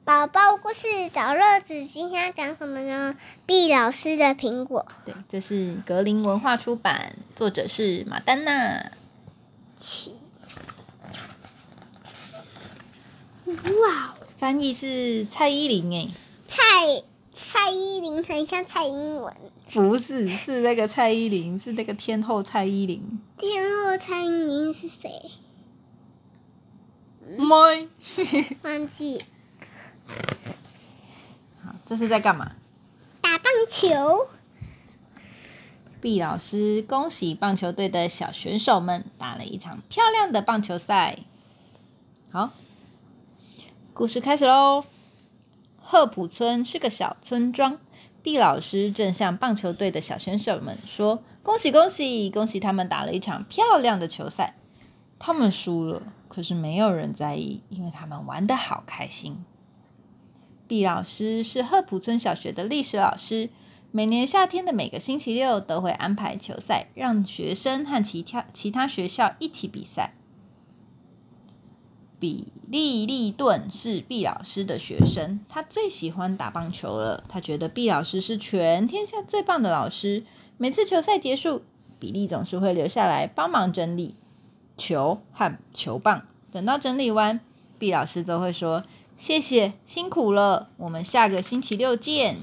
宝宝故事找乐子，今天讲什么呢？毕老师的苹果。 对，这是格林文化出版，作者是马丹娜。 哇， 翻译是蔡依林诶。 蔡依林很像蔡英文。 不是，是那个蔡依林，是那个天后蔡依林。 天后蔡依林是谁？忘记。 好，这是在干嘛？ 打棒球。 毕老师恭喜棒球队的小选手们打了一场漂亮的棒球赛。好，故事开始咯。赫普村是个小村庄，毕老师正向棒球队的小选手们说：“恭喜恭喜，恭喜他们打了一场漂亮的球赛。”他们输了，可是没有人在意，因为他们玩得好开心。毕老师是赫普村小学的历史老师，每年夏天的每个星期六都会安排球赛，让学生和其他学校一起比赛。比利利顿是毕老师的学生，他最喜欢打棒球了。他觉得毕老师是全天下最棒的老师。每次球赛结束，比利总是会留下来帮忙整理球和球棒。等到整理完，毕老师都会说：“谢谢，辛苦了，我们下个星期六见。”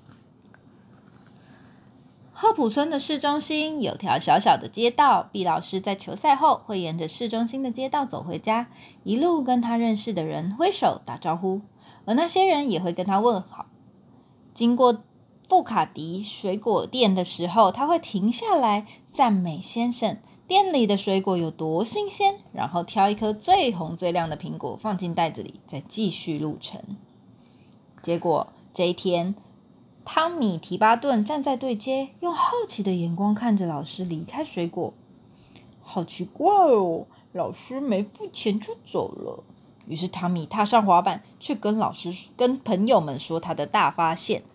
赫普村的市中心有条小小的街道，毕老师在球赛后会沿着市中心的街道走回家，一路跟他认识的人挥手打招呼，而那些人也会跟他问好。经过富卡迪水果店的时候，他会停下来赞美先生店里的水果有多新鲜，然后挑一颗最红最亮的苹果放进袋子里，再继续路程。结果这一天，汤米·提巴顿站在对街，用好奇的眼光看着老师离开水果。好奇怪哦，老师没付钱就走了。于是汤米踏上滑板，去跟朋友们说他的大发现。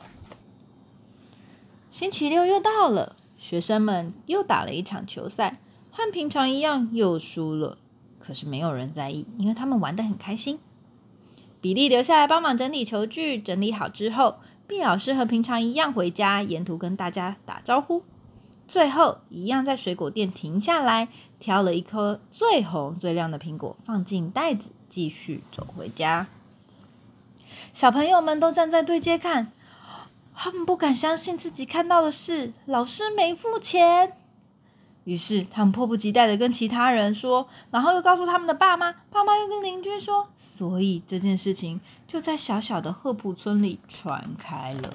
星期六又到了，学生们又打了一场球赛，和平常一样又输了。可是没有人在意，因为他们玩得很开心。比利留下来帮忙整理球具，整理好之后，毕老师和平常一样回家，沿途跟大家打招呼。最后一样在水果店停下来，挑了一颗最红最亮的苹果放进袋子，继续走回家。小朋友们都站在对街看，他们不敢相信自己看到的事，老师没付钱。于是他们迫不及待的跟其他人说，然后又告诉他们的爸妈，爸妈又跟邻居说，所以这件事情就在小小的赫普村里传开了。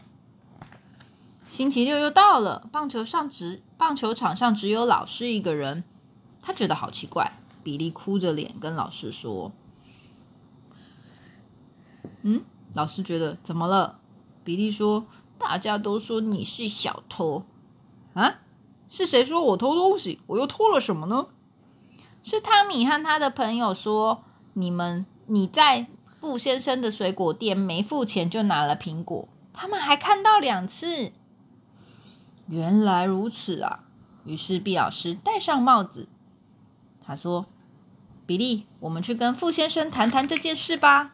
星期六又到了，棒球场上只有老师一个人，他觉得好奇怪。比利哭着脸跟老师说：“老师觉得怎么了？”比利说：“大家都说你是小偷。”啊？是谁说我偷东西？我又偷了什么呢？是汤米和他的朋友说，你在傅先生的水果店没付钱就拿了苹果，他们还看到2次。原来如此啊！于是毕老师戴上帽子，他说：“比利，我们去跟傅先生谈谈这件事吧。”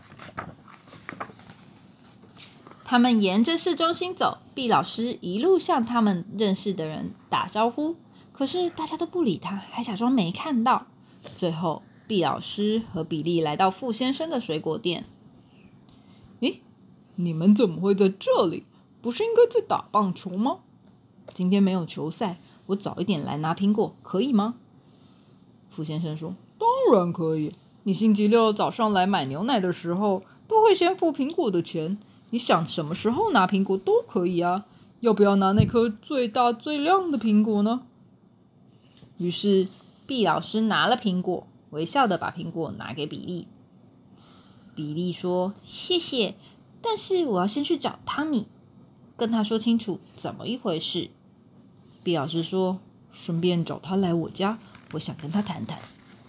他们沿着市中心走，毕老师一路向他们认识的人打招呼，可是大家都不理他，还假装没看到。最后，毕老师和比利来到傅先生的水果店。咦，你们怎么会在这里？不是应该在打棒球吗？今天没有球赛，我早一点来拿苹果，可以吗？傅先生说：“当然可以。你星期六早上来买牛奶的时候，都会先付苹果的钱。你想什么时候拿苹果都可以啊，要不要拿那颗最大最亮的苹果呢？”于是毕老师拿了苹果，微笑的把苹果拿给比利。比利说：“谢谢，但是我要先去找汤米，跟他说清楚怎么一回事。”毕老师说：“顺便找他来我家，我想跟他谈谈。”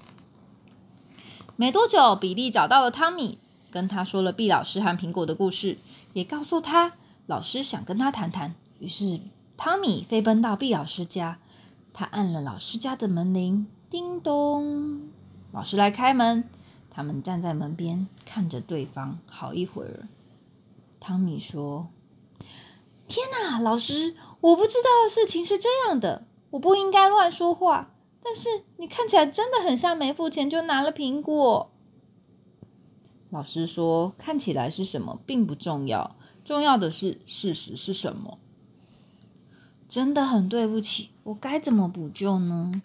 没多久，比利找到了汤米，跟他说了毕老师和苹果的故事，也告诉他老师想跟他谈谈。于是汤米飞奔到毕老师家，他按了老师家的门铃，叮咚，老师来开门。 他们站在门边看着对方好一会儿。汤米说：“天哪，老师，我不知道事情是这样的，我不应该乱说话。但是你看起来真的很像没付钱就拿了苹果。”老师说：“看起来是什么并不重要，重要的是事实是什么。”真的很对不起，我该怎么补救呢？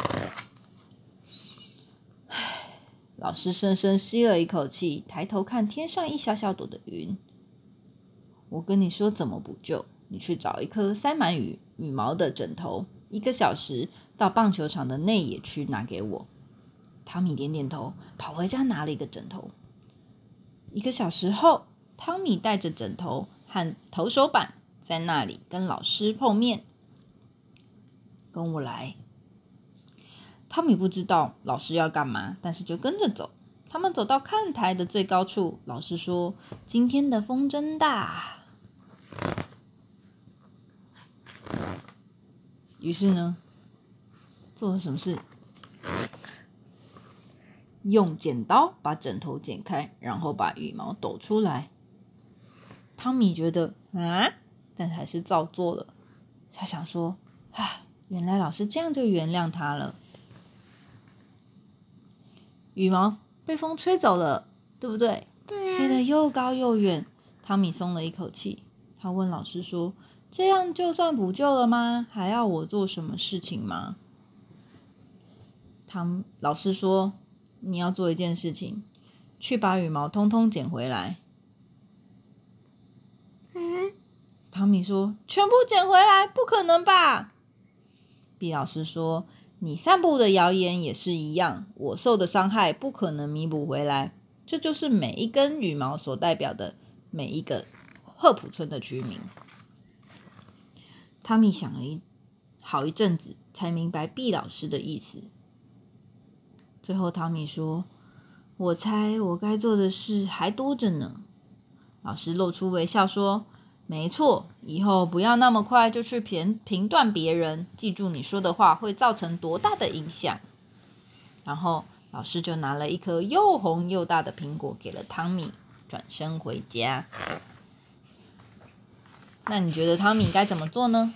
老师深深吸了一口气，抬头看天上一小小朵的云。我跟你说怎么补救，你去找一颗塞满羽毛的枕头，1个小时到棒球场的内野区拿给我。汤米点点头，跑回家拿了一个枕头。1个小时后，汤米带着枕头和投手板在那里跟老师碰面。跟我来。汤米不知道老师要干嘛，但是就跟着走。他们走到看台的最高处，老师说：“今天的风真大。”于是呢，做了什么事？用剪刀把枕头剪开，然后把羽毛抖出来。汤米觉得但还是照做了。他想说原来老师这样就原谅他了。羽毛被风吹走了，对不对？ 对啊， 飞得又高又远。汤米松了一口气，他问老师说：“这样就算补救了吗？还要我做什么事情吗？”老师说：“你要做一件事情，去把羽毛通通捡回来。”汤米说：“全部捡回来？不可能吧？”毕老师说：“你散布的谣言也是一样，我受的伤害不可能弥补回来。这就是每一根羽毛所代表的每一个赫普村的居民。”汤米想了好一阵子，才明白毕老师的意思。最后汤米说：“我猜我该做的事还多着呢。”老师露出微笑说：“没错，以后不要那么快就去评断别人，记住你说的话会造成多大的影响。”然后老师就拿了一颗又红又大的苹果给了汤米，转身回家。那你觉得汤米该怎么做呢？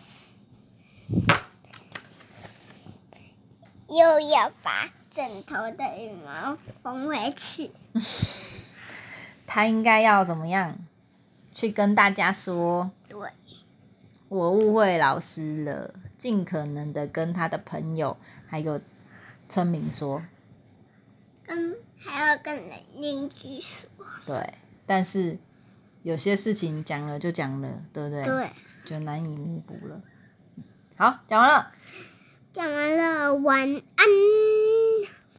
又要把枕头的羽毛缝回去。 他应该要怎么样？去跟大家说， 对， 我误会老师了，尽可能的跟他的朋友还有村民说， 还要跟邻居说。 对，但是有些事情讲了就讲了，对不对？ 对， 就难以弥补了。好，讲完了。 讲完了，晚安。